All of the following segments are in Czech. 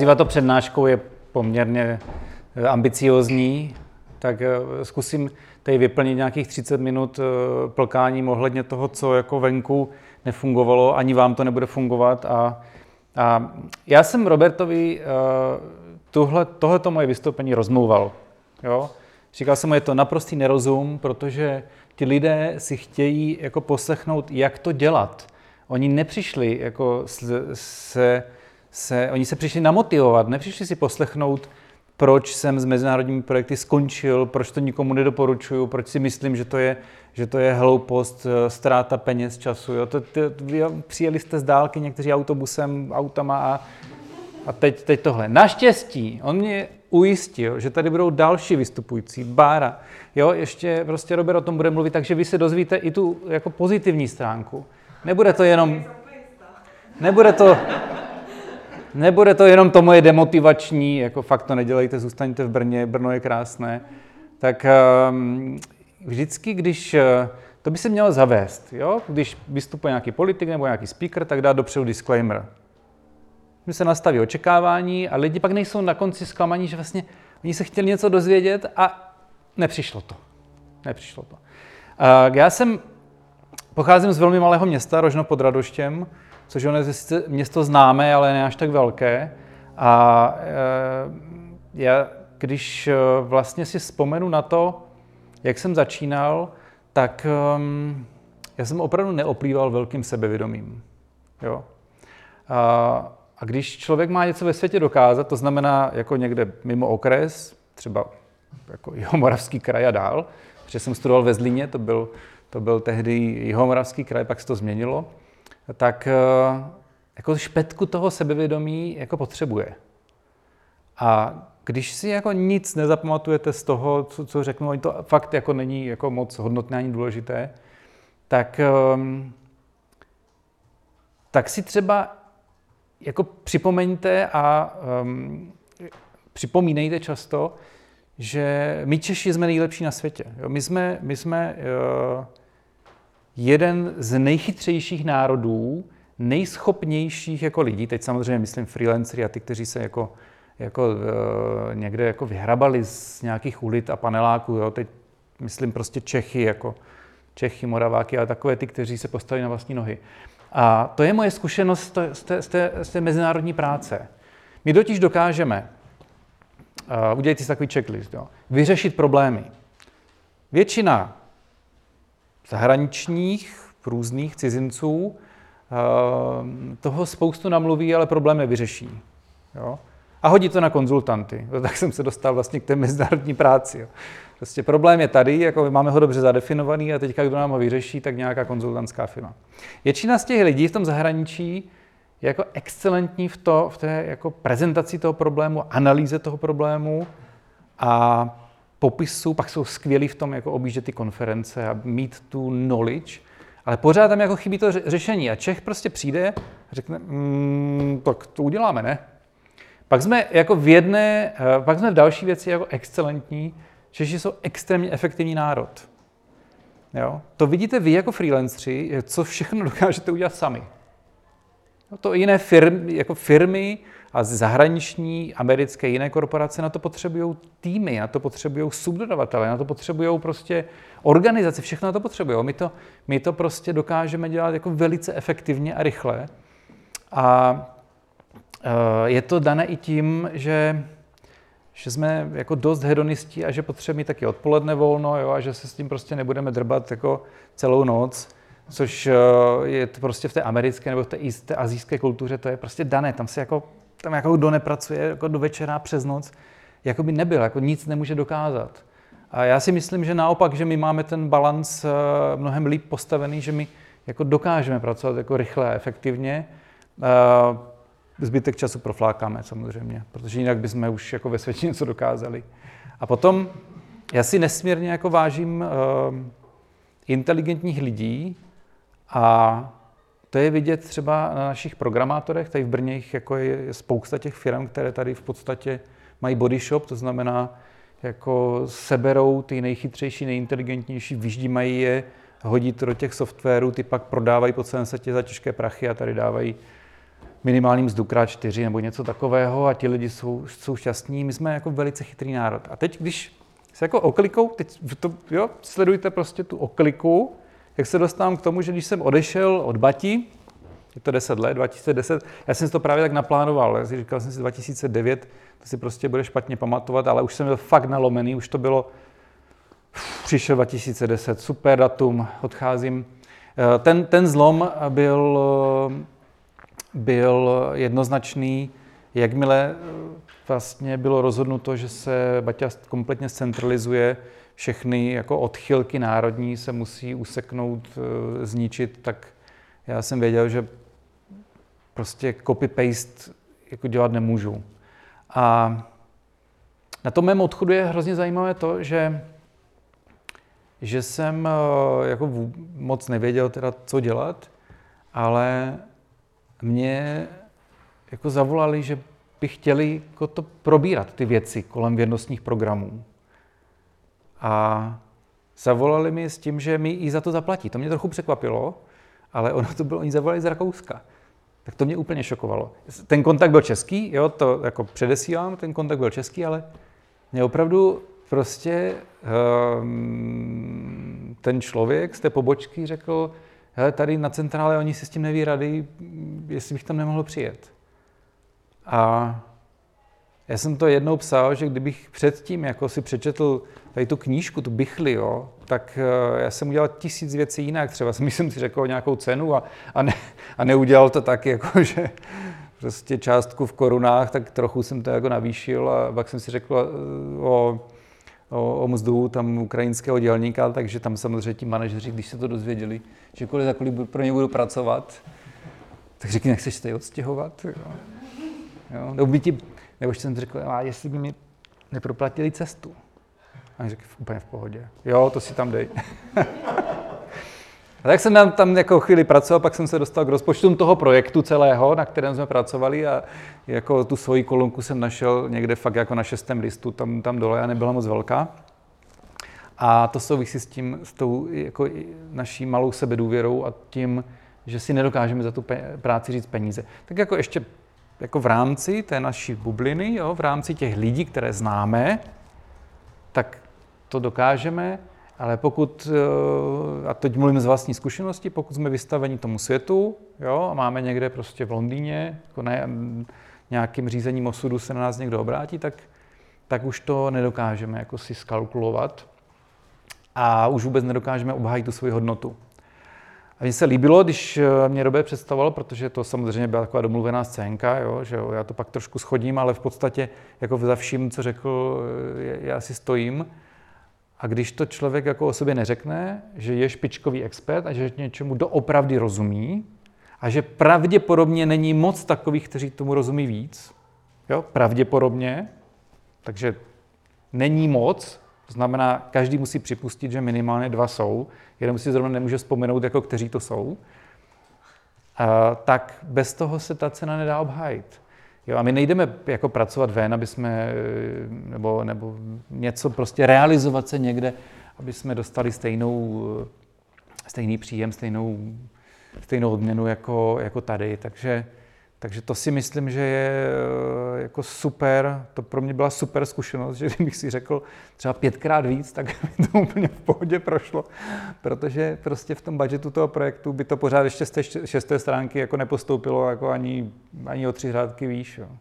nazývat to přednáškou je poměrně ambiciózní, tak zkusím tady vyplnit nějakých 30 minut plkáním ohledně toho, co jako venku nefungovalo, ani vám to nebude fungovat. A já jsem Robertovi tohleto moje vystoupení rozmlouval. Jo? Říkal jsem mu, je to naprostý nerozum, protože ti lidé si chtějí jako poslechnout, jak to dělat. Oni nepřišli jako oni se přišli namotivovat, nepřišli si poslechnout, proč jsem s mezinárodními projekty skončil, proč to nikomu nedoporučuju, proč si myslím, že to je hloupost, ztráta peněz, času. Jo? Přijeli jste z dálky někteří autobusem, autama a teď tohle. Naštěstí on mě ujistil, že tady budou další vystupující, Bára. Jo, ještě prostě Robert o tom bude mluvit, takže vy se dozvíte i tu jako pozitivní stránku. Nebude to jenom to moje demotivační, jako fakt to nedělejte, zůstaňte v Brně, Brno je krásné. Tak vždycky, když, to by se mělo zavést, jo? Když vystupuje nějaký politik nebo nějaký speaker, tak dá dopředu disclaimer. My se nastaví očekávání a lidi pak nejsou na konci zklamaní, že vlastně oni se chtěli něco dozvědět a nepřišlo to. Já pocházím z velmi malého města, Rožnov pod Radoštěm, což je sice město známé, ale ne až tak velké. A já, když vlastně si vzpomenu na to, jak jsem začínal, tak já jsem opravdu neoplýval velkým sebevědomím. Jo? A když člověk má něco ve světě dokázat, to znamená jako někde mimo okres, třeba jako Jihomoravský kraj a dál, protože jsem studoval ve Zlíně, to byl tehdy Jihomoravský kraj, pak se to změnilo, tak jako špetku toho sebevědomí jako potřebuje. A když si jako nic nezapamatujete z toho, co řeknu, ani to fakt jako není jako moc hodnotné ani důležité, tak si třeba jako připomeňte a připomínejte často, že my Češi jsme nejlepší na světě. Jo? My jsme jeden z nejchytřejších národů, nejschopnějších jako lidí, teď samozřejmě myslím freelancery a ty, kteří se jako někde jako vyhrabali z nějakých ulic a paneláků, jo? Teď myslím prostě Čechy, Moraváky a takové ty, kteří se postavili na vlastní nohy. A to je moje zkušenost z té mezinárodní práce. My totiž dokážeme, udělejte si takový checklist, jo, vyřešit problémy. Většina zahraničních, různých cizinců toho spoustu namluví, ale problém nevyřeší. Jo. A hodí to na konzultanty. Tak jsem se dostal vlastně k té mezinárodní práci. Jo. Prostě problém je tady, jako máme ho dobře zadefinovaný a teďka, kdo nám ho vyřeší, tak nějaká konzultantská firma. Většina z těch lidí v tom zahraničí je jako excelentní v té jako prezentaci toho problému, analýze toho problému a popisu, pak jsou skvělí v tom jako objíždět ty konference a mít tu knowledge, ale pořád tam jako chybí to řešení a Čech prostě přijde a řekne, tak to uděláme, ne? Pak jsme jako pak jsme v další věci jako excelentní. Češi jsou extrémně efektivní národ. Jo? To vidíte vy jako freelanceri, co všechno dokážete udělat sami. To jiné firmy a zahraniční, americké, jiné korporace na to potřebují týmy, na to potřebují subdodavatele, na to potřebují prostě organizace, všechno na to potřebují. My to prostě dokážeme dělat jako velice efektivně a rychle. A je to dané i tím, že jsme jako dost hedonisti a že potřebujeme mít taky odpoledne volno, jo, a že se s tím prostě nebudeme drbat jako celou noc, což je to prostě v té americké nebo v té asijské kultuře, to je prostě dané, tam jako kdo nepracuje jako do večera přes noc, jako by nebyl, jako nic nemůže dokázat. A já si myslím, že naopak, že my máme ten balans mnohem líp postavený, že my jako dokážeme pracovat jako rychle a efektivně. Zbytek času proflákáme samozřejmě, protože jinak bychom už jako ve světě něco dokázali. A potom já si nesmírně jako vážím inteligentních lidí a to je vidět třeba na našich programátorech. Tady v Brně jako je spousta těch firm, které tady v podstatě mají body shop, to znamená jako seberou ty nejchytřejší, nejinteligentnější, vyždímají je, hodí to do těch softwarů, ty pak prodávají po celém světě za těžké prachy a tady dávají minimální mzdu krát 4 nebo něco takového a ti lidi jsou šťastní. My jsme jako velice chytrý národ. A teď, když se jako oklikou, teď to, jo, sledujte prostě tu okliku, jak se dostávám k tomu, že když jsem odešel od Bati, je to 10 let, 2010, já jsem si to právě tak naplánoval, říkal jsem si 2009, to si prostě bude špatně pamatovat, ale už jsem byl fakt nalomený, už to bylo, přišel 2010, super datum, odcházím. Ten zlom byl jednoznačný, jakmile vlastně bylo rozhodnuto, že se Baťa kompletně centralizuje, všechny jako odchylky národní se musí useknout, zničit, tak já jsem věděl, že prostě copy-paste jako dělat nemůžu. A na tom mém odchodu je hrozně zajímavé to, že jsem jako moc nevěděl teda, co dělat, ale mě jako zavolali, že by chtěli jako to probírat, ty věci kolem věrnostních programů. A zavolali mi s tím, že mi i za to zaplatí. To mě trochu překvapilo, ale ono to bylo, oni zavolali z Rakouska. Tak to mě úplně šokovalo. Ten kontakt byl český, jo, to jako předesílám, ten kontakt byl český, ale mě opravdu prostě ten člověk z té pobočky řekl, hele, tady na centrále oni si s tím neví rady, jestli bych tam nemohl přijet. A já jsem to jednou psal, že kdybych předtím jako si přečetl tady tu knížku, tu Bichli, jo, tak já jsem udělal 1000 věcí jinak. Třeba jsem si řekl nějakou cenu a neudělal to tak, jako že prostě částku v korunách, tak trochu jsem to jako navýšil a pak jsem si řekl o mzdu tam ukrajinského dělníka, takže tam samozřejmě ti manažeři, když se to dozvěděli, že kolik za kolik pro ně budu pracovat, tak řekli, nechceš se tady odstěhovat? Jo. Nebo jsem řekl, jestli by mi neproplatili cestu. A řekl, úplně v pohodě. Jo, to si tam dej. A tak jsem tam jako chvíli pracoval, pak jsem se dostal k rozpočtům toho projektu celého, na kterém jsme pracovali a jako tu svoji kolonku jsem našel někde fakt jako na 6. listu, tam dole a nebyla moc velká. A to souvisí s tou jako naší malou sebedůvěrou a tím, že si nedokážeme za tu práci říct peníze. Tak jako ještě jako v rámci té naší bubliny, jo, v rámci těch lidí, které známe, tak to dokážeme, ale pokud, a teď mluvím z vlastní zkušenosti, pokud jsme vystaveni tomu světu, jo, a máme někde prostě v Londýně, jako nějakým řízením osudu se na nás někdo obrátí, tak už to nedokážeme jako si skalkulovat a už vůbec nedokážeme obhájit tu svoji hodnotu. A mně se líbilo, když mě Robert představoval, protože to samozřejmě byla taková domluvená scénka, jo, že jo, já to pak trošku schodím, ale v podstatě jako za vším, co řekl, já si stojím. A když to člověk jako o sobě neřekne, že je špičkový expert a že něčemu doopravdy rozumí a že pravděpodobně není moc takových, kteří tomu rozumí víc, jo, pravděpodobně, takže není moc, to znamená, každý musí připustit, že minimálně 2 jsou, jenom si zrovna nemůže vzpomenout, jako kteří to jsou, tak bez toho se ta cena nedá obhájit. Jo, a my nejdeme jako pracovat ven, aby jsme, nebo něco prostě realizovat se někde, aby jsme dostali stejný příjem, stejnou odměnu jako tady. Takže to si myslím, že je jako super, to pro mě byla super zkušenost, že kdybych si řekl třeba 5krát víc, tak by to úplně v pohodě prošlo, protože prostě v tom budgetu toho projektu by to pořád ještě z té 6. stránky jako nepostoupilo jako ani o 3 řádky výš. Jo.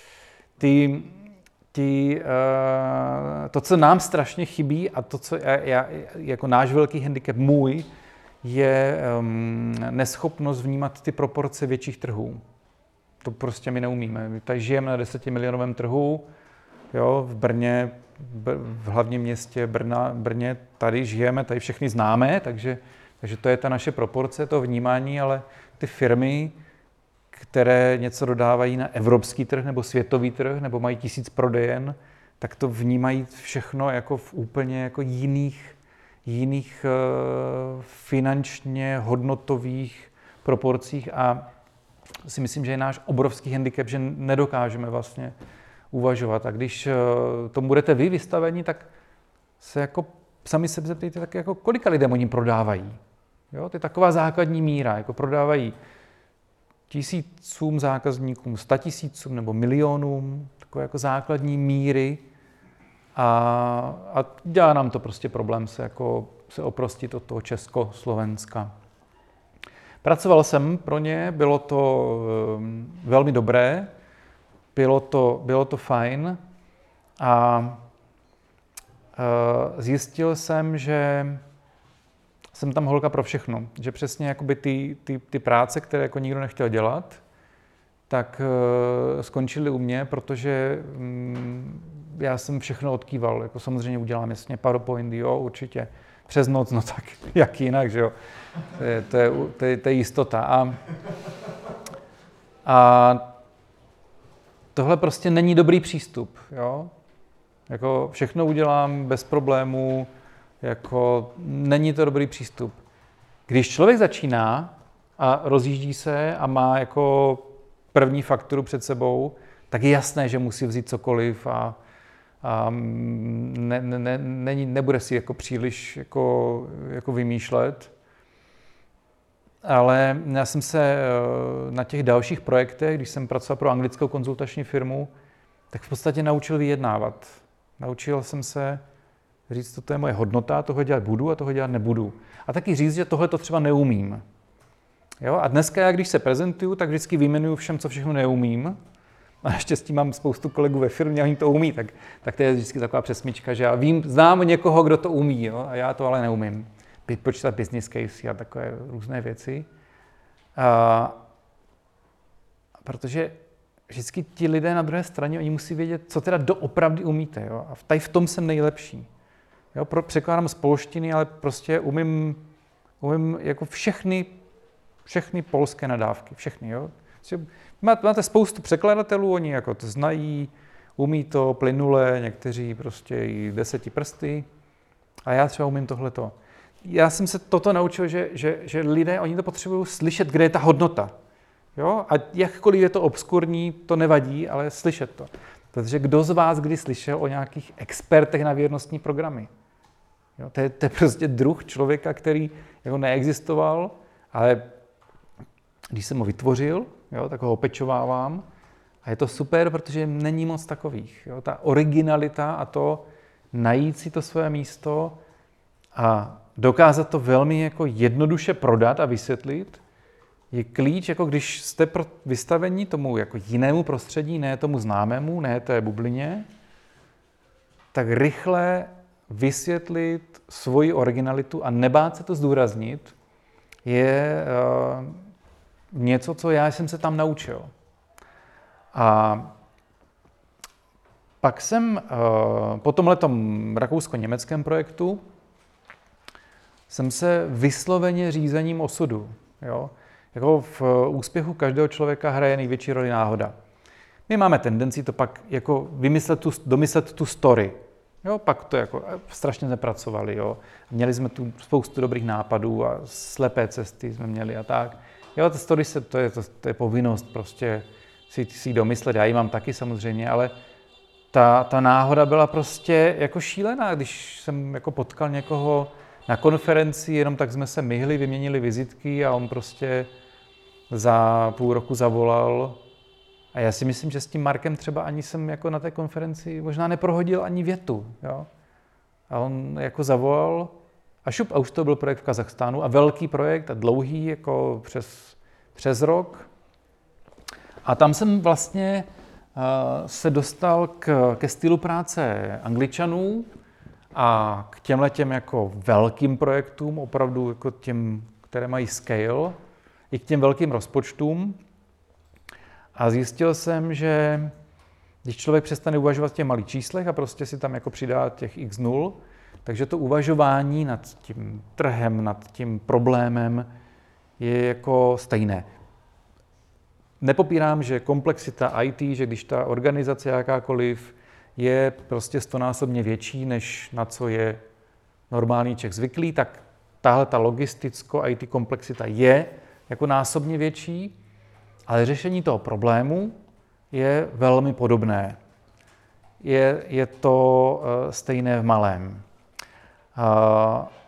To, co nám strašně chybí a to, co jako náš velký handicap můj, je neschopnost vnímat ty proporce větších trhů. To prostě my neumíme. My tady žijeme na 10 milionovém trhu, jo, v Brně, v hlavním městě Brně, tady žijeme, tady všechny známe, takže to je ta naše proporce, to vnímání, ale ty firmy, které něco dodávají na evropský trh nebo světový trh, nebo mají 1000 prodejen, tak to vnímají všechno jako v úplně jako jiných finančně hodnotových proporcích a si myslím, že je náš obrovský handicap, že nedokážeme vlastně uvažovat. A když tomu budete vy vystaveni, tak se jako sami se zeptejte, tak jako kolika lidem oni prodávají. Jo? To je taková základní míra, jako prodávají tisícům zákazníkům, 100 000 nebo milionům, takové jako základní míry a dělá nám to prostě problém se oprostit od toho Československa. Pracoval jsem pro ně, bylo to velmi dobré, bylo to fajn a zjistil jsem, že jsem tam holka pro všechno, že přesně jakoby ty práce, které jako nikdo nechtěl dělat, tak skončily u mě, protože já jsem všechno odkýval, jako samozřejmě udělám jasně PowerPoint, jo, určitě, přes noc, no tak jak jinak, že jo, to je jistota. A tohle prostě není dobrý přístup, jo, jako všechno udělám bez problémů, jako není to dobrý přístup. Když člověk začíná a rozjíždí se a má jako první fakturu před sebou, tak je jasné, že musí vzít cokoliv a nebude si jako příliš jako vymýšlet. Ale já jsem se na těch dalších projektech, když jsem pracoval pro anglickou konzultační firmu, tak v podstatě naučil vyjednávat. Naučil jsem se říct, toto je moje hodnota, toho dělat budu a toho dělat nebudu. A taky říct, že tohle to třeba neumím. Jo? A dneska já, když se prezentuju, tak vždycky vyjmenuju všem, co všechno neumím. A naštěstí mám spoustu kolegů ve firmě a oni to umí, tak to je vždycky taková přesmička, že já znám někoho, kdo to umí, jo? A já to ale neumím. Počítat business case a takové různé věci. Protože vždycky ti lidé na druhé straně, oni musí vědět, co teda doopravdy umíte. Jo? A tady v tom jsem nejlepší. Jo? Překládám z polštiny, ale prostě umím jako všechny polské nadávky. Všechny. Jo? Máte spoustu překladatelů, oni jako to znají, umí to plynule, někteří prostě i 10 prsty. A já třeba umím tohleto. Já jsem se toto naučil, že lidé, oni to potřebují slyšet, kde je ta hodnota. Jo? A jakkoliv je to obskurní, to nevadí, ale slyšet to. Protože kdo z vás kdy slyšel o nějakých expertech na věrnostní programy? Jo? To je prostě druh člověka, který jako neexistoval, ale když jsem ho vytvořil, jo, tak ho opečovávám. A je to super, protože není moc takových. Jo? Ta originalita a to najít si to své místo a dokázat to velmi jako jednoduše prodat a vysvětlit, je klíč, jako když jste vystavení tomu jako jinému prostředí, ne tomu známému, ne té bublině, tak rychle vysvětlit svoji originalitu a nebát se to zdůraznit, je něco, co já jsem se tam naučil. A pak jsem po tomhletom rakousko-německém projektu jsem se vysloveně řízením osudu. Jo? Jako v úspěchu každého člověka hraje největší roli náhoda. My máme tendenci to pak jako domyslet tu story. Jo? Pak to jako strašně nepracovali. Jo? Měli jsme tu spoustu dobrých nápadů a slepé cesty jsme měli a tak. Jo, ta story to je povinnost prostě si domyslet. Já ji mám taky samozřejmě, ale ta náhoda byla prostě jako šílená, když jsem jako potkal někoho na konferenci, jenom tak jsme se myhli, vyměnili vizitky a on prostě za půl roku zavolal. A já si myslím, že s tím Markem třeba ani jsem jako na té konferenci možná neprohodil ani větu. Jo? A on jako zavolal a už to byl projekt v Kazachstánu a velký projekt a dlouhý, jako přes rok. A tam jsem vlastně se dostal ke stylu práce Angličanů a k těmhletěm jako velkým projektům, opravdu jako těm, které mají scale, i k těm velkým rozpočtům. A zjistil jsem, že když člověk přestane uvažovat v těch malých číslech a prostě si tam jako přidá těch x nul, takže to uvažování nad tím trhem, nad tím problémem je jako stejné. Nepopírám, že komplexita IT, že když ta organizace jakákoliv je prostě 100násobně větší, než na co je normální Čech zvyklý, tak tahle ta logisticko-IT komplexita je jako násobně větší, ale řešení toho problému je velmi podobné. Je to stejné v malém.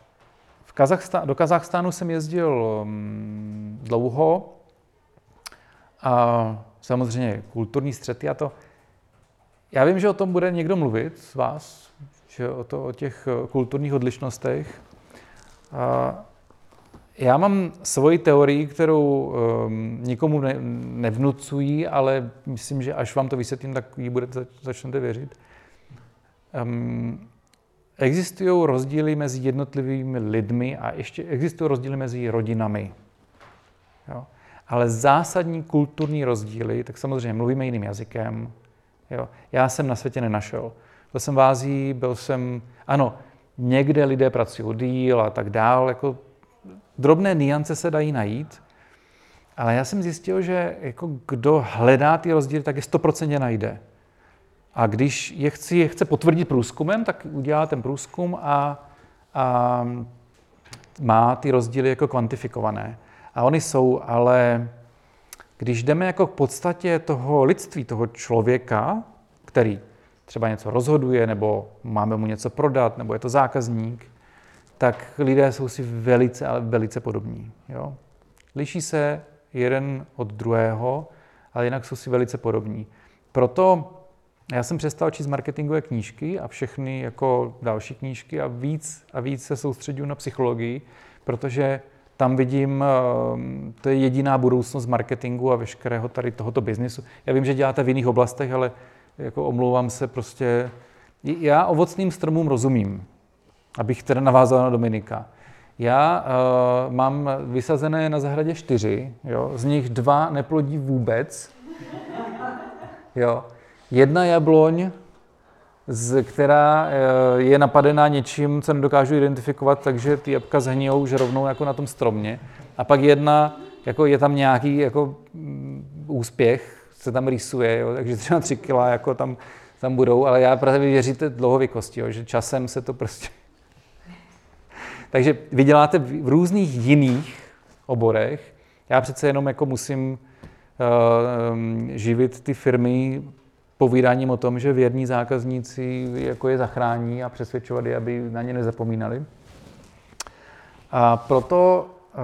Do Kazachstánu jsem jezdil dlouho A samozřejmě kulturní střety a to. Já vím, že o tom bude někdo mluvit z vás, že o těch kulturních odlišnostech. Já mám svoji teorii, kterou nikomu nevnucují, ale myslím, že až vám to vysvětlím, tak ji začnete věřit. Existují rozdíly mezi jednotlivými lidmi a ještě existují rozdíly mezi rodinami. Jo? Ale zásadní kulturní rozdíly, tak samozřejmě mluvíme jiným jazykem. Jo? Já jsem na světě nenašel. Byl jsem v Ázii, ano, někde lidé pracují díl a tak dál, jako drobné nuance se dají najít, ale já jsem zjistil, že jako kdo hledá ty rozdíly, tak je 100% najde. A když je chce potvrdit průzkumem, tak udělá ten průzkum a má ty rozdíly jako kvantifikované. A oni jsou, ale když jdeme jako k podstatě toho lidství, toho člověka, který třeba něco rozhoduje, nebo máme mu něco prodat, nebo je to zákazník, tak lidé jsou si velice, ale velice podobní. Jo? Liší se jeden od druhého, ale jinak jsou si velice podobní. Proto já jsem přestal číst marketingové knížky a všechny jako další knížky a víc se soustředuju na psychologii, protože tam vidím, to je jediná budoucnost marketingu a veškerého tady tohoto biznisu. Já vím, že děláte v jiných oblastech, ale jako omlouvám se prostě. Já ovocným stromům rozumím, abych teda navázal na Dominika. Já mám vysazené na zahradě 4, jo, z nich 2 neplodí vůbec. Jo. Jedna jabloň, která je napadená něčím, co nedokážu identifikovat, takže ty jabka zhnijou, že rovnou jako na tom stromě. A pak jedna, jako je tam nějaký jako úspěch, se tam rýsuje, jo, takže třeba 3 kila jako tam budou, ale já právě věříte dlouhověkosti, jo, že časem se to prostě... Takže vy děláte v různých jiných oborech. Já přece jenom jako musím živit ty firmy povídáním o tom, že věrní zákazníci jako je zachrání a přesvědčovat je, aby na ně nezapomínali. A proto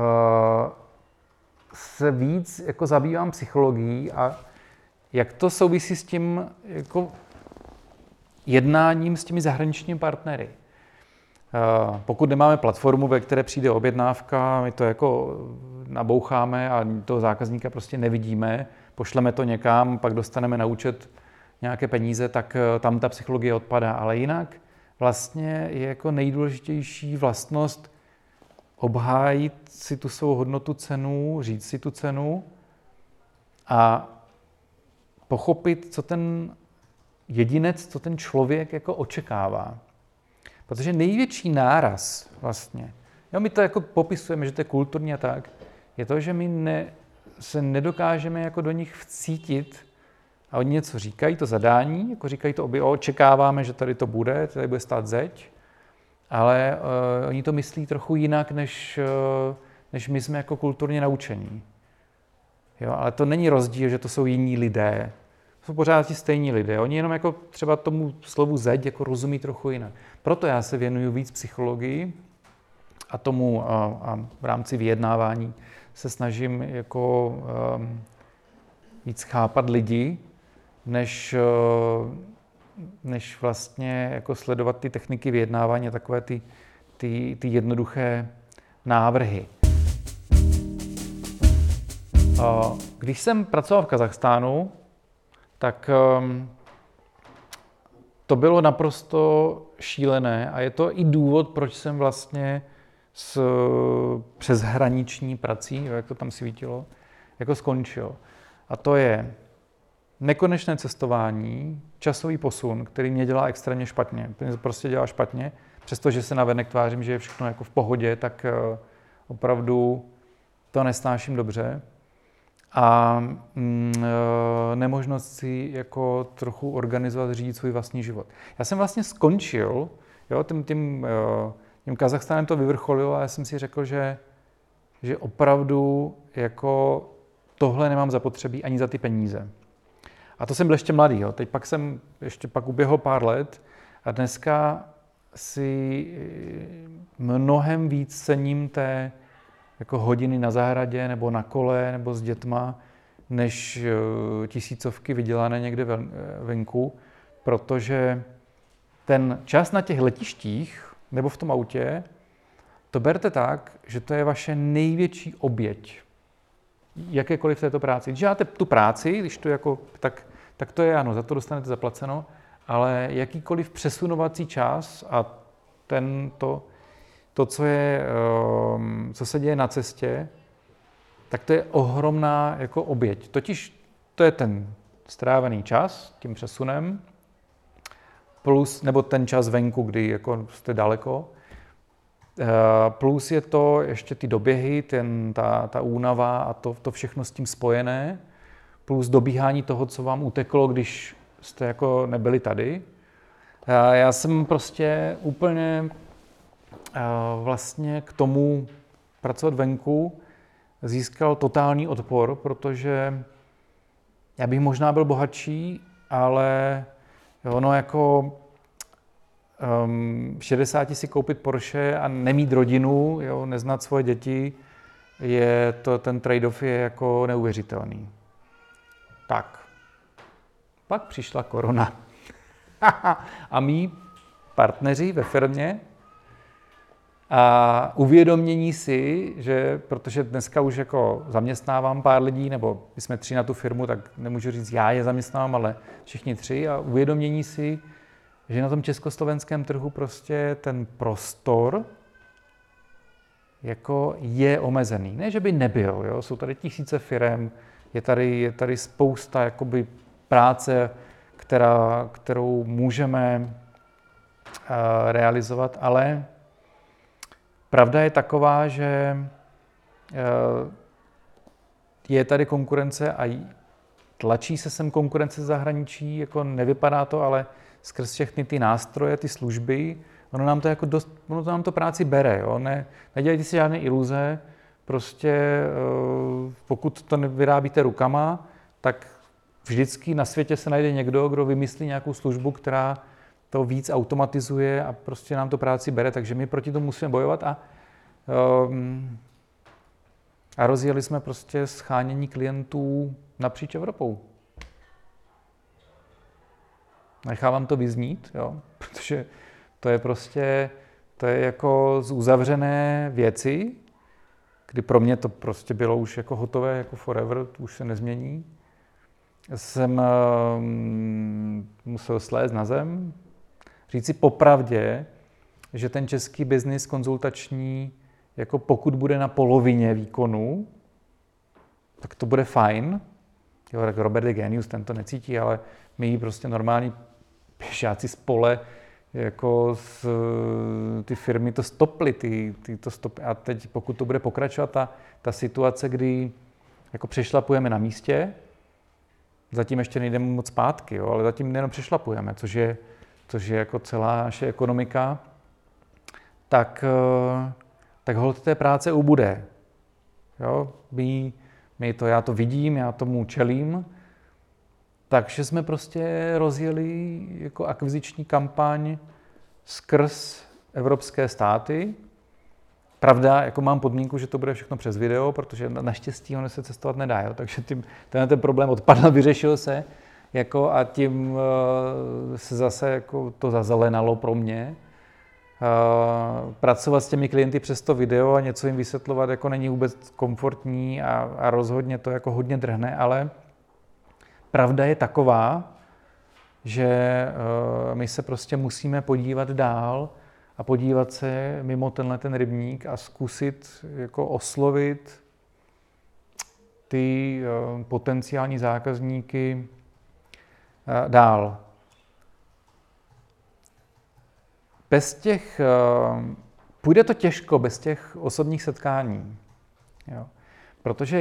se víc jako zabývám psychologií a jak to souvisí s tím jako jednáním s těmi zahraničními partnery. Pokud nemáme platformu, ve které přijde objednávka, my to jako naboucháme a toho zákazníka prostě nevidíme, pošleme to někam, pak dostaneme na účet nějaké peníze, tak tam ta psychologie odpadá. Ale jinak vlastně je jako nejdůležitější vlastnost obhájit si tu svou hodnotu, cenu, říct si tu cenu a pochopit, co ten jedinec, co ten člověk jako očekává. Protože největší náraz vlastně, jo, my to jako popisujeme, že to je kulturní a tak, je to, že my se nedokážeme jako do nich vcítit a oni něco říkají, to zadání, jako říkají to očekáváme, že tady to bude, tady bude stát zeď, ale oni to myslí trochu jinak, než my jsme jako kulturně naučení. Jo, ale to není rozdíl, že to jsou jiní lidé. To jsou pořád ti stejní lidé. Oni jenom jako třeba tomu slovu zeď jako rozumí trochu jinak. Proto já se věnuju víc psychologii a tomu a v rámci vyjednávání se snažím jako víc chápat lidi, než vlastně jako sledovat ty techniky vyjednávání a takové ty jednoduché návrhy. Když jsem pracoval v Kazachstánu, tak to bylo naprosto šílené a je to i důvod, proč jsem vlastně s přeshraniční prací, jak to tam svítilo, jako skončil. A to je nekonečné cestování, časový posun, který mě dělá extrémně špatně. To mě prostě dělá špatně, přestože se navenek tvářím, že je všechno jako v pohodě, tak opravdu to nesnáším dobře. A nemožnost si jako trochu organizovat, řídit svůj vlastní život. Já jsem vlastně skončil, jo, tím Kazachstánem to vyvrcholilo a já jsem si řekl, že opravdu jako tohle nemám zapotřebí ani za ty peníze. A to jsem byl ještě mladý, jo. Teď pak uběhlo pár let a dneska si mnohem víc cením té jako hodiny na zahradě nebo na kole nebo s dětma, než tisícovky vydělané někde venku, protože ten čas na těch letištích nebo v tom autě, to berte tak, že to je vaše největší oběť. Jakékoliv v této práci. Když děláte tu práci, když to jako, tak to je ano, za to dostanete zaplaceno, ale jakýkoliv přesunovací čas a to, co se děje na cestě, tak to je ohromná jako oběť. Totiž to je ten strávený čas tím přesunem, plus, nebo ten čas venku, kdy jako jste daleko, plus je to ještě ty doběhy, ta únava a to všechno s tím spojené, plus dobíhání toho, co vám uteklo, když jste jako nebyli tady. Já jsem prostě úplně vlastně k tomu pracovat venku získal totální odpor, protože já bych možná byl bohatší, ale ono jako 60 si koupit Porsche a nemít rodinu, jo, neznat svoje děti, ten trade-off je jako neuvěřitelný. Tak, pak přišla korona. A mí partneři ve firmě a uvědomění si, že protože dneska už jako zaměstnávám pár lidí, nebo my jsme 3 na tu firmu, tak nemůžu říct, já je zaměstnávám, ale všichni 3 a uvědomění si, že na tom československém trhu prostě ten prostor jako je omezený. Ne, že by nebyl, jo? Jsou tady tisíce firem, je tady spousta jakoby práce, kterou můžeme realizovat, ale pravda je taková, že je tady konkurence a tlačí se sem konkurence z zahraničí, jako nevypadá to, ale skrz všechny ty nástroje, ty služby, ono nám to práci bere, jo? Nedělejte si žádné iluze, prostě pokud to nevyrábíte rukama, tak vždycky na světě se najde někdo, kdo vymyslí nějakou službu, která to víc automatizuje a prostě nám to práci bere, takže my proti tomu musíme bojovat a rozjeli jsme prostě shánění klientů napříč Evropou. Nechávám to vyznít, jo? Protože to je jako z uzavřené věci, kdy pro mě to prostě bylo už jako hotové, jako forever, to už se nezmění. Jsem musel slézt na zem, říct si popravdě, že ten český biznis konzultační, jako pokud bude na polovině výkonu, tak to bude fajn. Jo, tak Robert je genius, ten to necítí, ale my prostě normální pěšáci z pole, jako ty firmy to stoply, a teď pokud to bude pokračovat ta situace, kdy jako přešlapujeme na místě, zatím ještě nejdeme moc zpátky, jo, ale zatím nejenom přešlapujeme, což je jako celá naše ekonomika, tak holt té práce ubude. Jo, já to vidím, já tomu čelím, takže jsme prostě rozjeli jako akviziční kampaň skrz evropské státy. Pravda, jako mám podmínku, že to bude všechno přes video, protože naštěstí ono se cestovat nedá, jo? Takže ten problém odpadl, vyřešil se jako a tím se zase jako to zazelenalo pro mě. Pracovat s těmi klienty přes to video a něco jim vysvětlovat jako není vůbec komfortní a rozhodně to jako hodně drhne, ale pravda je taková, že my se prostě musíme podívat dál a podívat se mimo ten rybník a zkusit jako oslovit ty potenciální zákazníky dál. Půjde to těžko bez těch osobních setkání, jo? Protože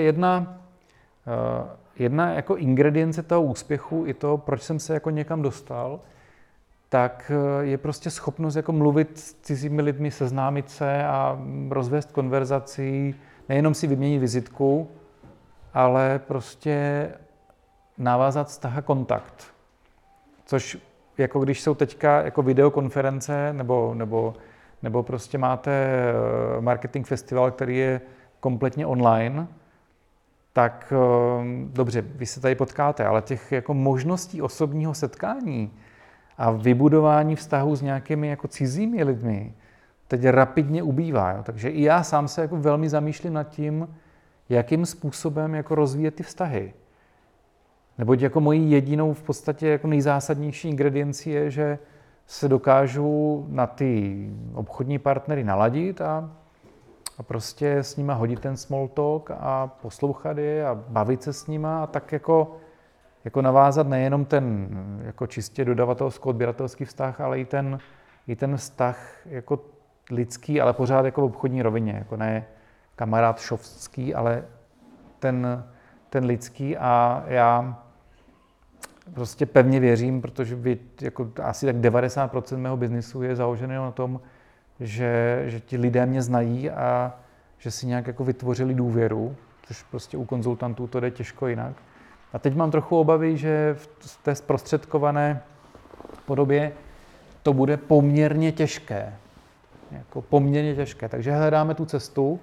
jedna jako ingredience toho úspěchu i to, proč jsem se jako někam dostal, tak je prostě schopnost jako mluvit s cizími lidmi, seznámit se a rozvést konverzaci, nejenom si vyměnit vizitku, ale prostě navázat vztah a kontakt. Což jako když jsou teďka jako videokonference nebo prostě máte marketing festival, který je kompletně online, tak dobře, vy se tady potkáte, ale těch jako možností osobního setkání a vybudování vztahu s nějakými jako cizími lidmi teď rapidně ubývá. Jo? Takže i já sám se jako velmi zamýšlím nad tím, jakým způsobem jako rozvíjet ty vztahy. Neboť jako mojí jedinou v podstatě jako nejzásadnější ingrediencí je, že se dokážu na ty obchodní partnery naladit a prostě s nima hodit ten small talk a poslouchat je a bavit se s nima a tak jako navázat nejenom ten jako čistě dodavatelsko-odběratelský vztah, ale i ten vztah jako lidský, ale pořád jako v obchodní rovině, jako ne kamarád šovský, ale ten lidský a já prostě pevně věřím, protože jako asi tak 90% mého biznisu je založené na tom, že ti lidé mě znají a že si nějak jako vytvořili důvěru, což prostě u konzultantů to jde těžko jinak. A teď mám trochu obavy, že v té zprostředkované podobě to bude poměrně těžké. Jako poměrně těžké. Takže hledáme tu cestu.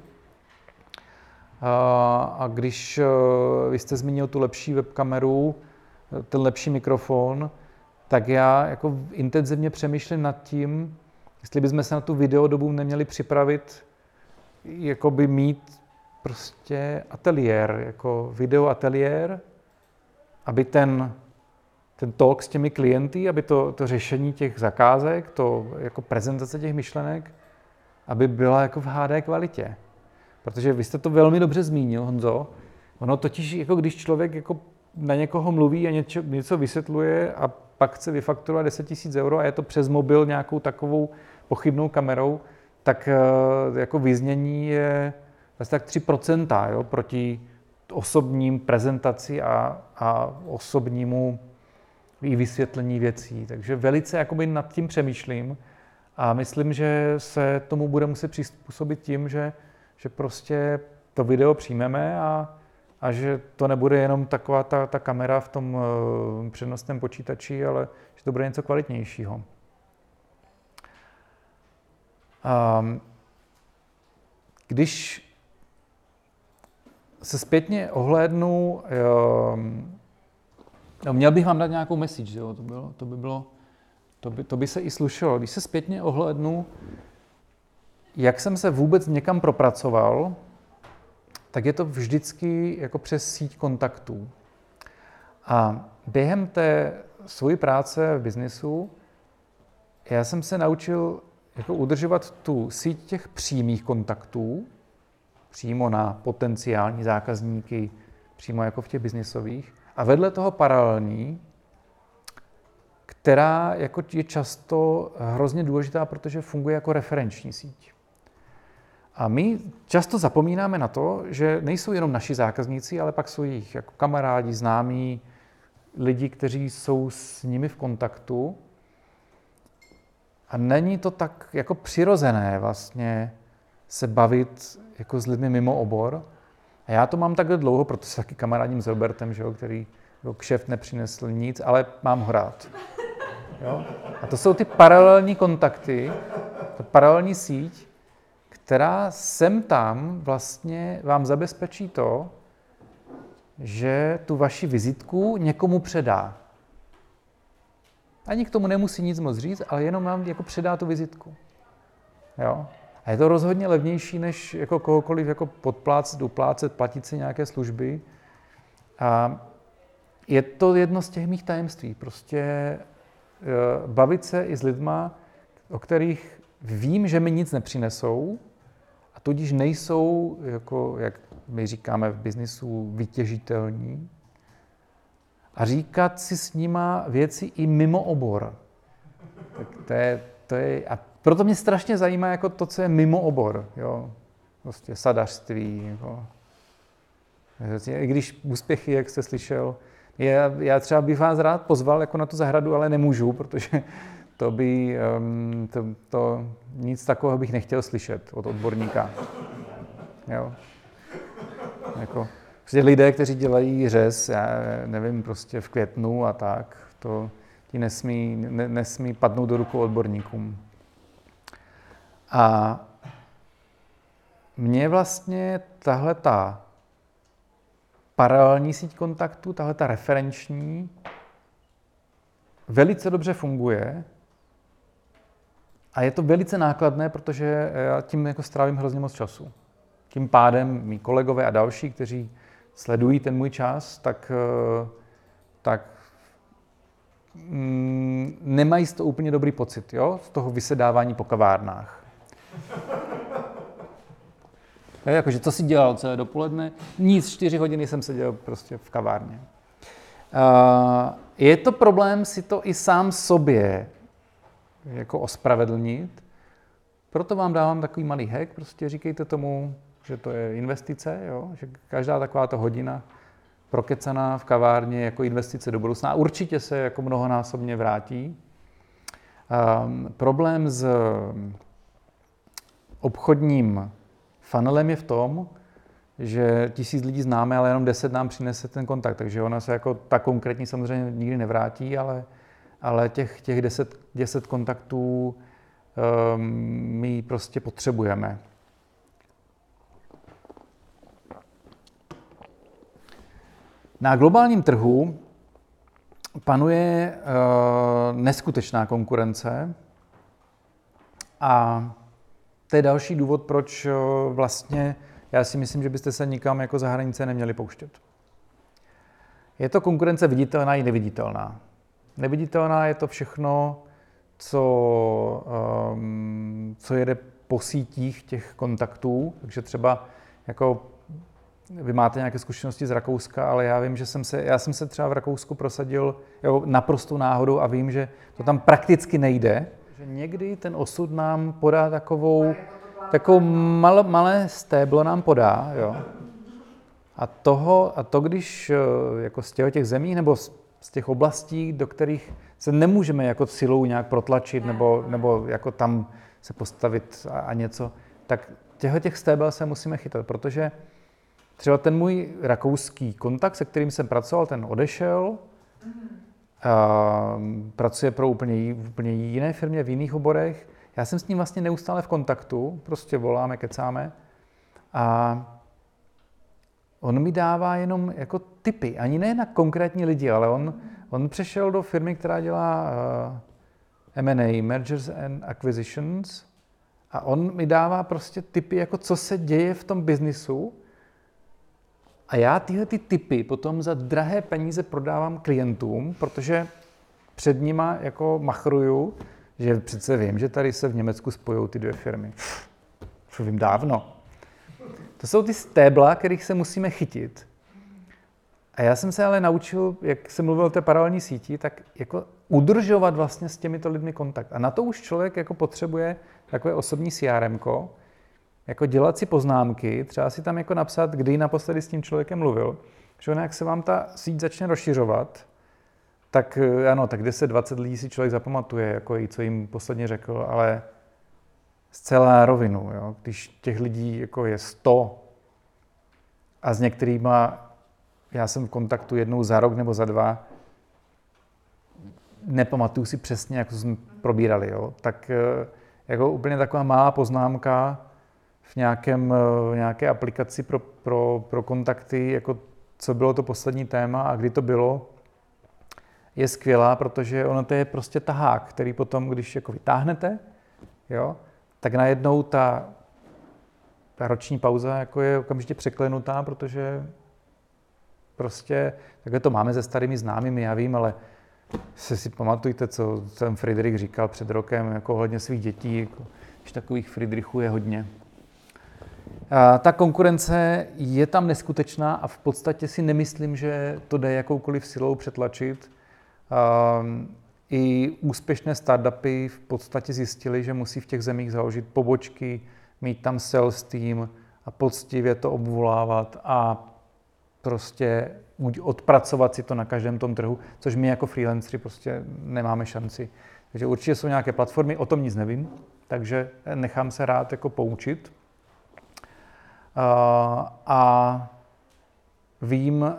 A když vy jste zmínil tu lepší webkameru, ten lepší mikrofon, tak já jako intenzivně přemýšlím nad tím, jestli bychom se na tu videodobu neměli připravit, jakoby mít prostě ateliér, jako videoateliér, aby ten talk s těmi klienty, aby to řešení těch zakázek, to jako prezentace těch myšlenek, aby byla jako v HD kvalitě. Protože vy jste to velmi dobře zmínil, Honzo. Ono totiž, jako když člověk jako na někoho mluví a něco vysvětluje a pak chce vyfakturovat 10 000 euro a je to přes mobil nějakou takovou pochybnou kamerou, tak jako vyznění je asi tak 3%, jo, proti osobním prezentaci a osobnímu i vysvětlení věcí. Takže velice jakoby nad tím přemýšlím a myslím, že se tomu bude muset přizpůsobit tím, že prostě to video přijmeme a že to nebude jenom taková ta kamera v tom přenosném počítači, ale že to bude něco kvalitnějšího. Když se zpětně ohlédnu, měl bych vám dát nějakou message, jo? To by se i slušelo. Když se zpětně ohlédnu, jak jsem se vůbec někam propracoval, tak je to vždycky jako přes síť kontaktů. A během té své práce v biznisu já jsem se naučil jako udržovat tu síť těch přímých kontaktů, přímo na potenciální zákazníky, přímo jako v těch biznisových, a vedle toho paralelní, která jako je často hrozně důležitá, protože funguje jako referenční síť. A my často zapomínáme na to, že nejsou jenom naši zákazníci, ale pak jsou jejich jako kamarádi, známí, lidi, kteří jsou s nimi v kontaktu. A není to tak jako přirozené vlastně se bavit jako s lidmi mimo obor. A já to mám takhle dlouho, protože se taky kamarádím s Robertem, že jo, který jako kšeft nepřinesl nic, ale mám ho rád. Jo? A to jsou ty paralelní kontakty, ta paralelní síť, která sem tam vlastně vám zabezpečí to, že tu vaši vizitku někomu předá. Ani k tomu nemusí nic moc říct, ale jenom vám jako předá tu vizitku. Jo? A je to rozhodně levnější, než jako kohokoliv jako podplácet, uplácet, platit si nějaké služby. A je to jedno z těch mých tajemství. Prostě bavit se i s lidma, o kterých vím, že mi nic nepřinesou, a tudíž nejsou, jako, jak my říkáme v biznisu, vytěžitelní. A říkat si s nima věci i mimo obor. Tak to je, a proto mě strašně zajímá jako to, co je mimo obor. Jo? Prostě sadařství. Jako. I když úspěchy, jak jste slyšel, já třeba bych vás rád pozval jako na tu zahradu, ale nemůžu, protože to nic takového bych nechtěl slyšet od odborníka. Jo. Jako, prostě lidé, kteří dělají řez, já nevím, prostě v květnu a tak, ti nesmí padnout do rukou odborníkům. A mě vlastně tahleta paralelní síť kontaktů, tahle ta referenční, velice dobře funguje a je to velice nákladné, protože já tím jako strávím hrozně moc času. Tím pádem mý kolegové a další, kteří sledují ten můj čas, tak nemají z toho úplně dobrý pocit, jo? Z toho vysedávání po kavárnách. Jakože, co jsi dělal celé dopoledne? Nic, 4 hodiny jsem seděl prostě v kavárně. Je to problém si to i sám sobě jako ospravedlnit, proto vám dávám takový malý hack, prostě říkejte tomu, že to je investice, jo? Že každá takováto hodina prokecaná v kavárně jako investice do budoucna a určitě se jako mnohonásobně vrátí. Problém s obchodním funnelem je v tom, že 1000 lidí známe, ale jenom 10 nám přinese ten kontakt, takže ona se jako ta konkrétní samozřejmě nikdy nevrátí, ale těch 10 kontaktů my prostě potřebujeme. Na globálním trhu panuje neskutečná konkurence a to je další důvod, proč vlastně já si myslím, že byste se nikam jako za hranice neměli pouštět. Je to konkurence viditelná i neviditelná. Neviditelná je to všechno, co jede po sítích těch kontaktů, takže třeba jako vy máte nějaké zkušenosti z Rakouska, ale já vím, že já jsem se třeba v Rakousku prosadil naprostou náhodou a vím, že to tam prakticky nejde. Že někdy ten osud nám podá takovou malé stéblo nám podá, jo. A to, když jako z těch zemí nebo z těch oblastí, do kterých se nemůžeme jako silou nějak protlačit nebo jako tam se postavit a něco, tak těch stébel se musíme chytat, protože třeba ten můj rakouský kontakt, se kterým jsem pracoval, ten odešel, pracuje pro úplně jiné firmě v jiných oborech. Já jsem s ním vlastně neustále v kontaktu, prostě voláme, kecáme a on mi dává jenom jako tipy, ani ne na konkrétní lidi, ale on přešel do firmy, která dělá M&A, Mergers and Acquisitions, a on mi dává prostě tipy, jako co se děje v tom biznisu. A já tyhle tipy potom za drahé peníze prodávám klientům, protože před nima jako machruju, že přece vím, že tady se v Německu spojou ty dvě firmy. To vím dávno. To jsou ty stébla, kterých se musíme chytit. A já jsem se ale naučil, jak jsem mluvil o té paralelní síti, tak jako udržovat vlastně s těmito lidmi kontakt. A na to už člověk jako potřebuje takové osobní CRMko, jako dělat si poznámky, třeba si tam jako napsat, kdy naposledy s tím člověkem mluvil, že jak se vám ta síť začne rozšiřovat, tak ano, tak 10-20 lidí si člověk zapamatuje, jako co jim posledně řekl, ale zcela na rovinu, jo? Když těch lidí jako je 100 a s některýma já jsem v kontaktu jednou za rok nebo za 2, nepamatuju si přesně, jak to jsme probírali, jo? Tak jako úplně taková malá poznámka v nějaké aplikaci pro kontakty, jako co bylo to poslední téma a kdy to bylo, je skvělá, protože ono to je prostě tahák, který potom, když jako vytáhnete, jo, tak najednou ta roční pauza jako je okamžitě překlenutá, protože prostě takhle to máme se starými známými, já vím, ale si pamatujte, co ten Friedrich říkal před rokem, jako ohledně svých dětí, jako, že takových Friedrichů je hodně. A ta konkurence je tam neskutečná a v podstatě si nemyslím, že to jde jakoukoliv silou přetlačit. I úspěšné startupy v podstatě zjistili, že musí v těch zemích založit pobočky, mít tam sales team a poctivě to obvolávat a prostě odpracovat si to na každém tom trhu, což my jako freelanceri prostě nemáme šanci. Takže určitě jsou nějaké platformy, o tom nic nevím, takže nechám se rád jako poučit. A vím,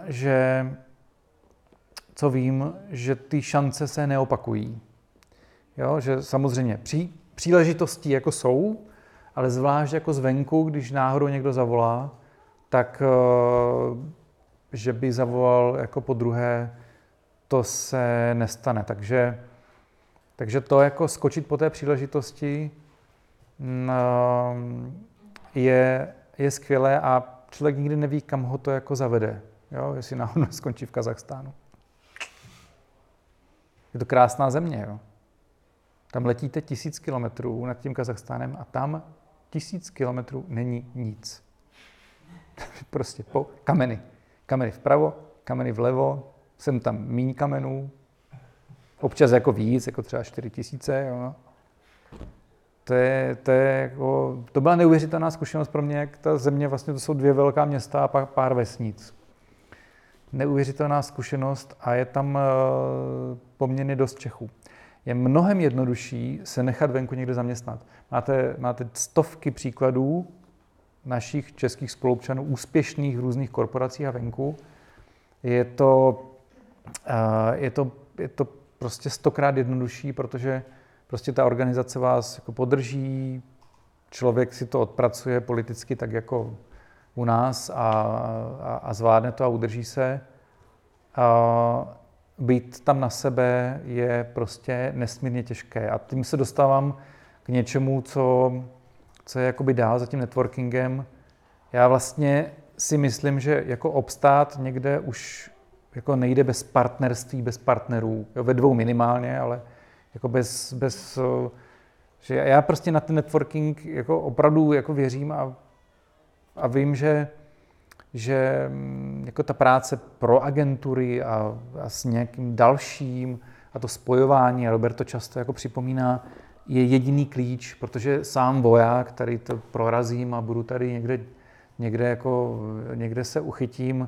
že ty šance se neopakují. Jo, že samozřejmě příležitosti jako jsou, ale zvlášť jako zvenku, když náhodou někdo zavolá, tak že by zavolal jako po druhé, to se nestane. Takže to jako skočit po té příležitosti je skvělé a člověk nikdy neví, kam ho to jako zavede. Jo? Jestli náhodou skončí v Kazachstánu. Je to krásná země. Jo? Tam letíte 1000 kilometrů nad tím Kazachstánem a tam 1000 kilometrů není nic. Prostě kameny. Kameny vpravo, kameny vlevo, jsem tam míň kamenů, občas jako víc, jako třeba 4000. Jo. To byla neuvěřitelná zkušenost pro mě, jak ta země, vlastně to jsou 2 velká města a pak pár vesnic. Neuvěřitelná zkušenost a je tam poměrně dost Čechů. Je mnohem jednodušší se nechat venku někde zaměstnat. Máte stovky příkladů našich českých spoluobčanů, úspěšných v různých korporacích a venku. Je to prostě 100krát jednodušší, protože prostě ta organizace vás jako podrží, člověk si to odpracuje politicky tak jako u nás a zvládne to a udrží se. Být tam na sebe je prostě nesmírně těžké. A tím se dostávám k něčemu, co je jakoby dál za tím networkingem. Já vlastně si myslím, že jako obstát někde už jako nejde bez partnerství, bez partnerů. Jo, ve 2 minimálně, ale jako bez že já prostě na ten networking jako opravdu jako věřím a vím, že jako ta práce pro agentury a s nějakým dalším a to spojování, a Robert to často jako připomíná, je jediný klíč, protože sám voják, tady to prorazím a budu tady někde se uchytím.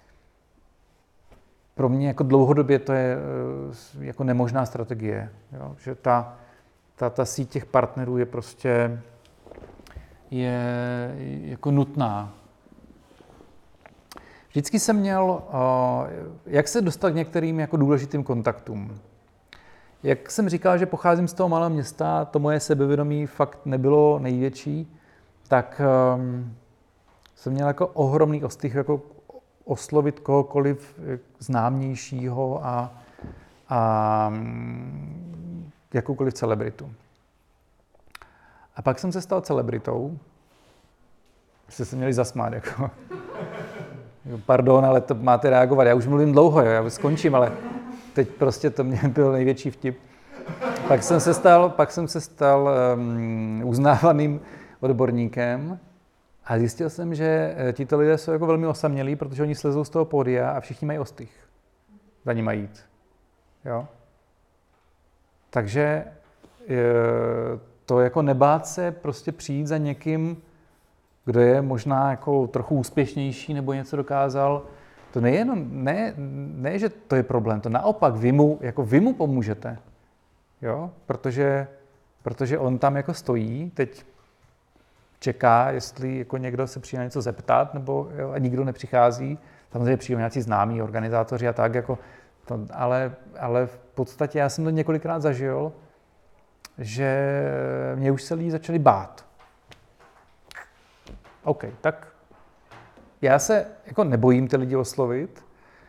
Pro mě jako dlouhodobě to je jako nemožná strategie, jo? Že ta síť těch partnerů je prostě jako nutná. Vždycky jsem měl, jak se dostat k některým jako důležitým kontaktům. Jak jsem říkal, že pocházím z toho malého města, to moje sebevědomí fakt nebylo největší, tak jsem měl jako ohromný ostych jako oslovit kohokoliv známějšího a jakoukoliv celebritu. A pak jsem se stal celebritou. Jste se měli zasmát, jako. Pardon, ale to máte reagovat. Já už mluvím dlouho, jo, já už skončím, ale teď prostě to mě byl největší vtip. Pak jsem se stal uznávaným odborníkem a zjistil jsem, že tito lidé jsou jako velmi osamělí, protože oni slezou z toho pódia a všichni mají ostych. Za nimi jít. Jo? Takže to jako nebát se prostě přijít za někým, kdo je možná jako trochu úspěšnější nebo něco dokázal, to ne, že to je problém, to naopak vy mu pomůžete, jo? Protože on tam jako stojí, teď čeká, jestli jako někdo se přijde na něco zeptat, nebo jo, a nikdo nepřichází, samozřejmě přijdou nějací známí organizátoři a tak, jako to, ale v podstatě já jsem to několikrát zažil, že mě už se lidi začali bát. OK, tak já se jako nebojím ty lidi oslovit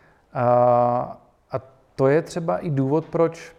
a to je třeba i důvod, proč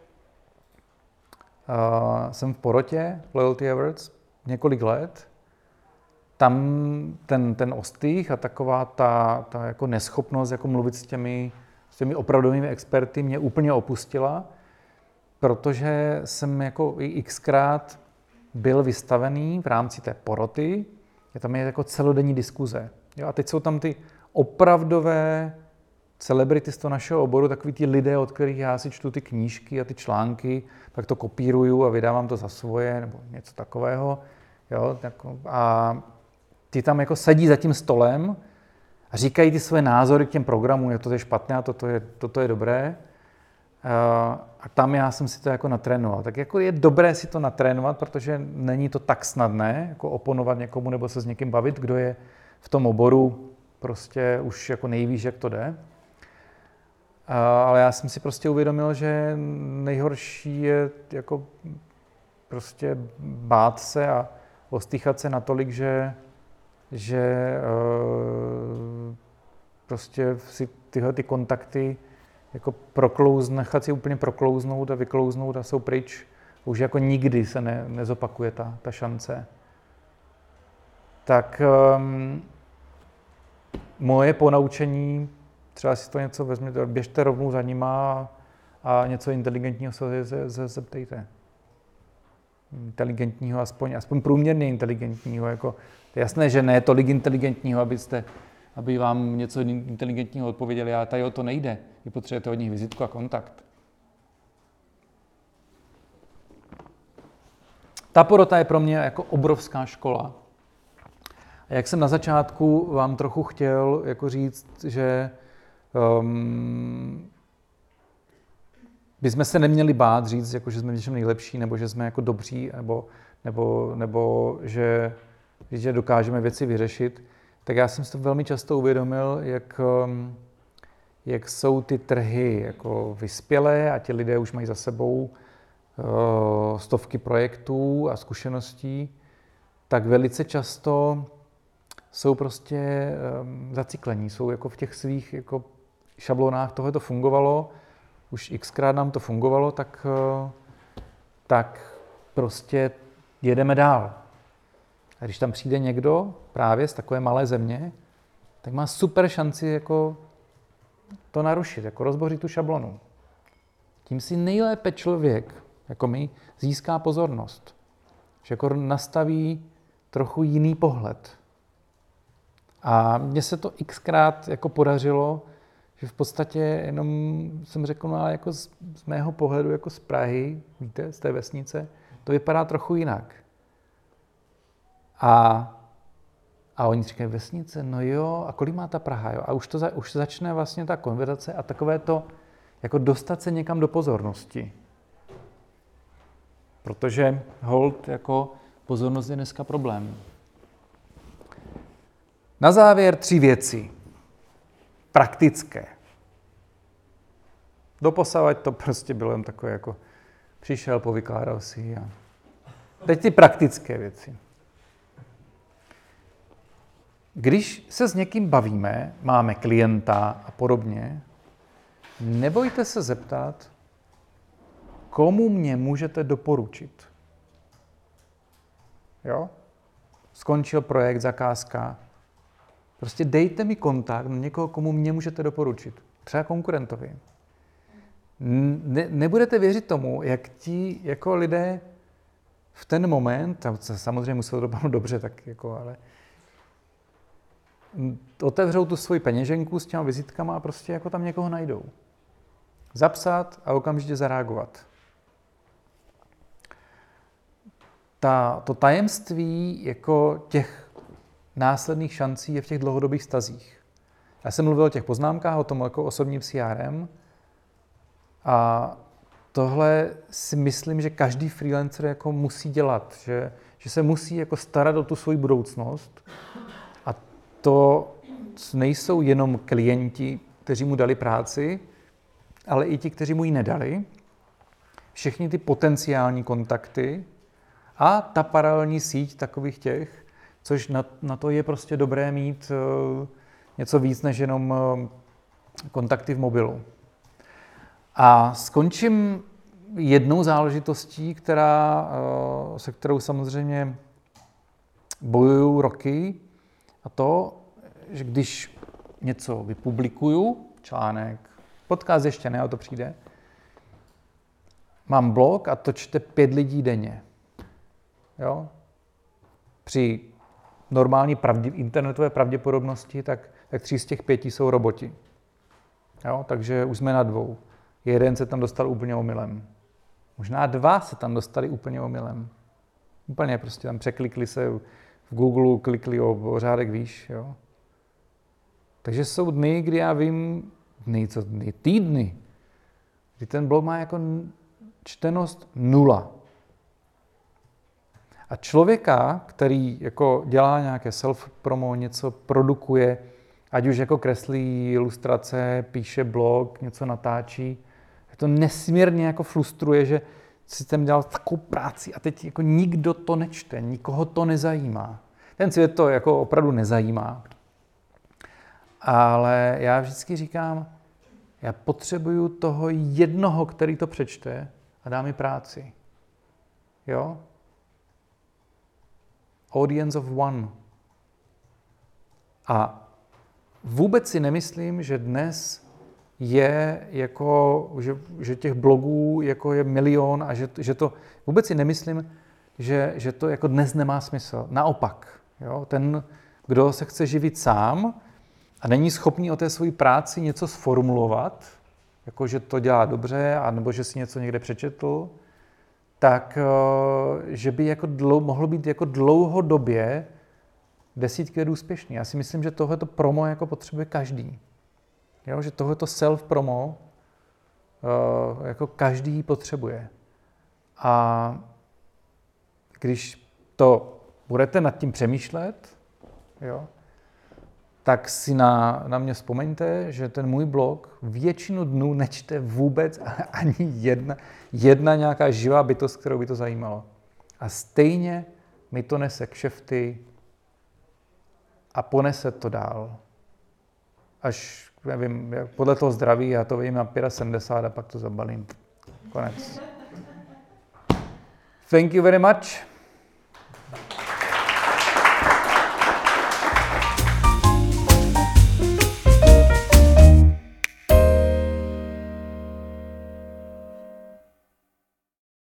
jsem v porotě Loyalty Awards několik let. Tam ten ostych a taková ta jako neschopnost jako mluvit s těmi opravdovými experty mě úplně opustila, protože jsem jako i xkrát byl vystavený v rámci té poroty. Tam je jako celodenní diskuze. Jo? A teď jsou tam ty opravdové celebrity z toho našeho oboru, takový ty lidé, od kterých já si čtu ty knížky a ty články, pak to kopíruju a vydávám to za svoje, nebo něco takového. Jo? A ty tam jako sedí za tím stolem a říkají ty své názory k těm programům, že to je špatné a toto je dobré. A tam já jsem si to jako natrénoval. Tak jako je dobré si to natrénovat, protože není to tak snadné, jako oponovat někomu nebo se s někým bavit, kdo je v tom oboru prostě už jako nejvíš, jak to jde. Ale já jsem si prostě uvědomil, že nejhorší je jako prostě bát se a ostýchat se natolik, že prostě si tyhle ty kontakty jako nechat si úplně proklouznout a vyklouznout a jsou pryč. Už jako nikdy se nezopakuje ta šance. Tak moje ponaučení, třeba si to něco vezměte, běžte rovnou za nima a něco inteligentního se zeptejte. Inteligentního, aspoň průměrně inteligentního. Jako, je jasné, že ne tolik inteligentního, aby vám něco inteligentního odpověděli, ale tady o to nejde. Vy potřebujete od nich vizitku a kontakt. Ta porota je pro mě jako obrovská škola. A jak jsem na začátku vám trochu chtěl jako říct, že bychom se neměli bát říct, jako, že jsme v něčem nejlepší, nebo že jsme jako dobří, nebo že dokážeme věci vyřešit, tak já jsem si to velmi často uvědomil, jak jsou ty trhy jako vyspělé a ti lidé už mají za sebou stovky projektů a zkušeností, tak velice často jsou prostě zaciklení, jsou jako v těch svých jako šablonách, tohle to fungovalo, už xkrát nám to fungovalo, tak prostě jedeme dál. A když tam přijde někdo právě z takové malé země, tak má super šanci jako to narušit, jako rozbořit tu šablonu. Tím si nejlépe člověk, jako my, získá pozornost. Že jako nastaví trochu jiný pohled. A mně se to xkrát jako podařilo, že v podstatě jenom jsem řekl, no ale jako z mého pohledu, jako z Prahy, víte, z té vesnice, to vypadá trochu jinak. A oni říkají, vesnice, no jo, a kolik má ta Praha, jo? A už začne vlastně ta konverzace a takové to, jako dostat se někam do pozornosti. Protože hold, jako pozornost je dneska problém. Na závěr 3 věci. Praktické. Doposavad to prostě bylo jen takové, jako přišel, povykládal si a teď ty praktické věci. Když se s někým bavíme, máme klienta a podobně, nebojte se zeptat, komu mě můžete doporučit. Jo? Skončil projekt, zakázka. Prostě dejte mi kontakt na někoho, komu mě můžete doporučit. Třeba konkurentovi. Nebudete věřit tomu, jak ti jako lidé v ten moment, a samozřejmě muselo dopadnout dobře, tak jako, ale otevřou tu svoji peněženku s těma vizitkama a prostě jako tam někoho najdou. Zapsat a okamžitě zareagovat. To tajemství jako těch následných šancí je v těch dlouhodobých vztazích. Já jsem mluvil o těch poznámkách, o tom jako osobním CRM a tohle si myslím, že každý freelancer jako musí dělat, že se musí jako starat o tu svoji budoucnost a to nejsou jenom klienti, kteří mu dali práci, ale i ti, kteří mu ji nedali. Všechny ty potenciální kontakty a ta paralelní síť takových těch, což na to je prostě dobré mít něco víc než jenom kontakty v mobilu. A skončím jednou záležitostí, se kterou samozřejmě bojuju roky, a to, že když něco vypublikuju, článek, podcast ještě ne, o to přijde, mám blog a to čte 5 lidí denně. Jo? Při normální internetové pravděpodobnosti, tak 3 z těch 5 jsou roboti. Jo? Takže už jsme na 2. Jeden se tam dostal úplně omylem. Možná 2 se tam dostali úplně omylem. Úplně prostě tam překlikli se v Google, klikli o řádek výš. Jo? Takže jsou dny, kdy já vím, týdny, kdy ten blog má jako čtenost 0. A člověka, který jako dělá nějaké self-promo, něco produkuje, ať už jako kreslí ilustrace, píše blog, něco natáčí, to nesmírně jako frustruje, že si tam dělal takovou práci a teď jako nikdo to nečte, nikoho to nezajímá. Ten svět to jako opravdu nezajímá. Ale já vždycky říkám, já potřebuju toho jednoho, který to přečte a dá mi práci. Jo? Audience of one. A vůbec si nemyslím, že dnes je jako, že těch blogů jako je milion a že to, vůbec si nemyslím, že to jako dnes nemá smysl. Naopak, jo? Ten, kdo se chce živit sám a není schopný o té své práci něco sformulovat, jako že to dělá dobře, anebo že si něco někde přečetl, tak že by jako mohlo být jako dlouhodobě desítky let úspěšný. Já si myslím, že tohleto promo jako potřebuje každý. Jo? Že tohleto self-promo jako každý potřebuje. A když to budete nad tím přemýšlet, jo, tak si na mě vzpomeňte, že ten můj blog většinu dnů nečte vůbec ani jedna nějaká živá bytost, kterou by to zajímalo. A stejně mi to nese kšefty a ponese to dál. Až, nevím, podle toho zdraví, já to vidím na 75 a pak to zabalím. Konec. Thank you very much.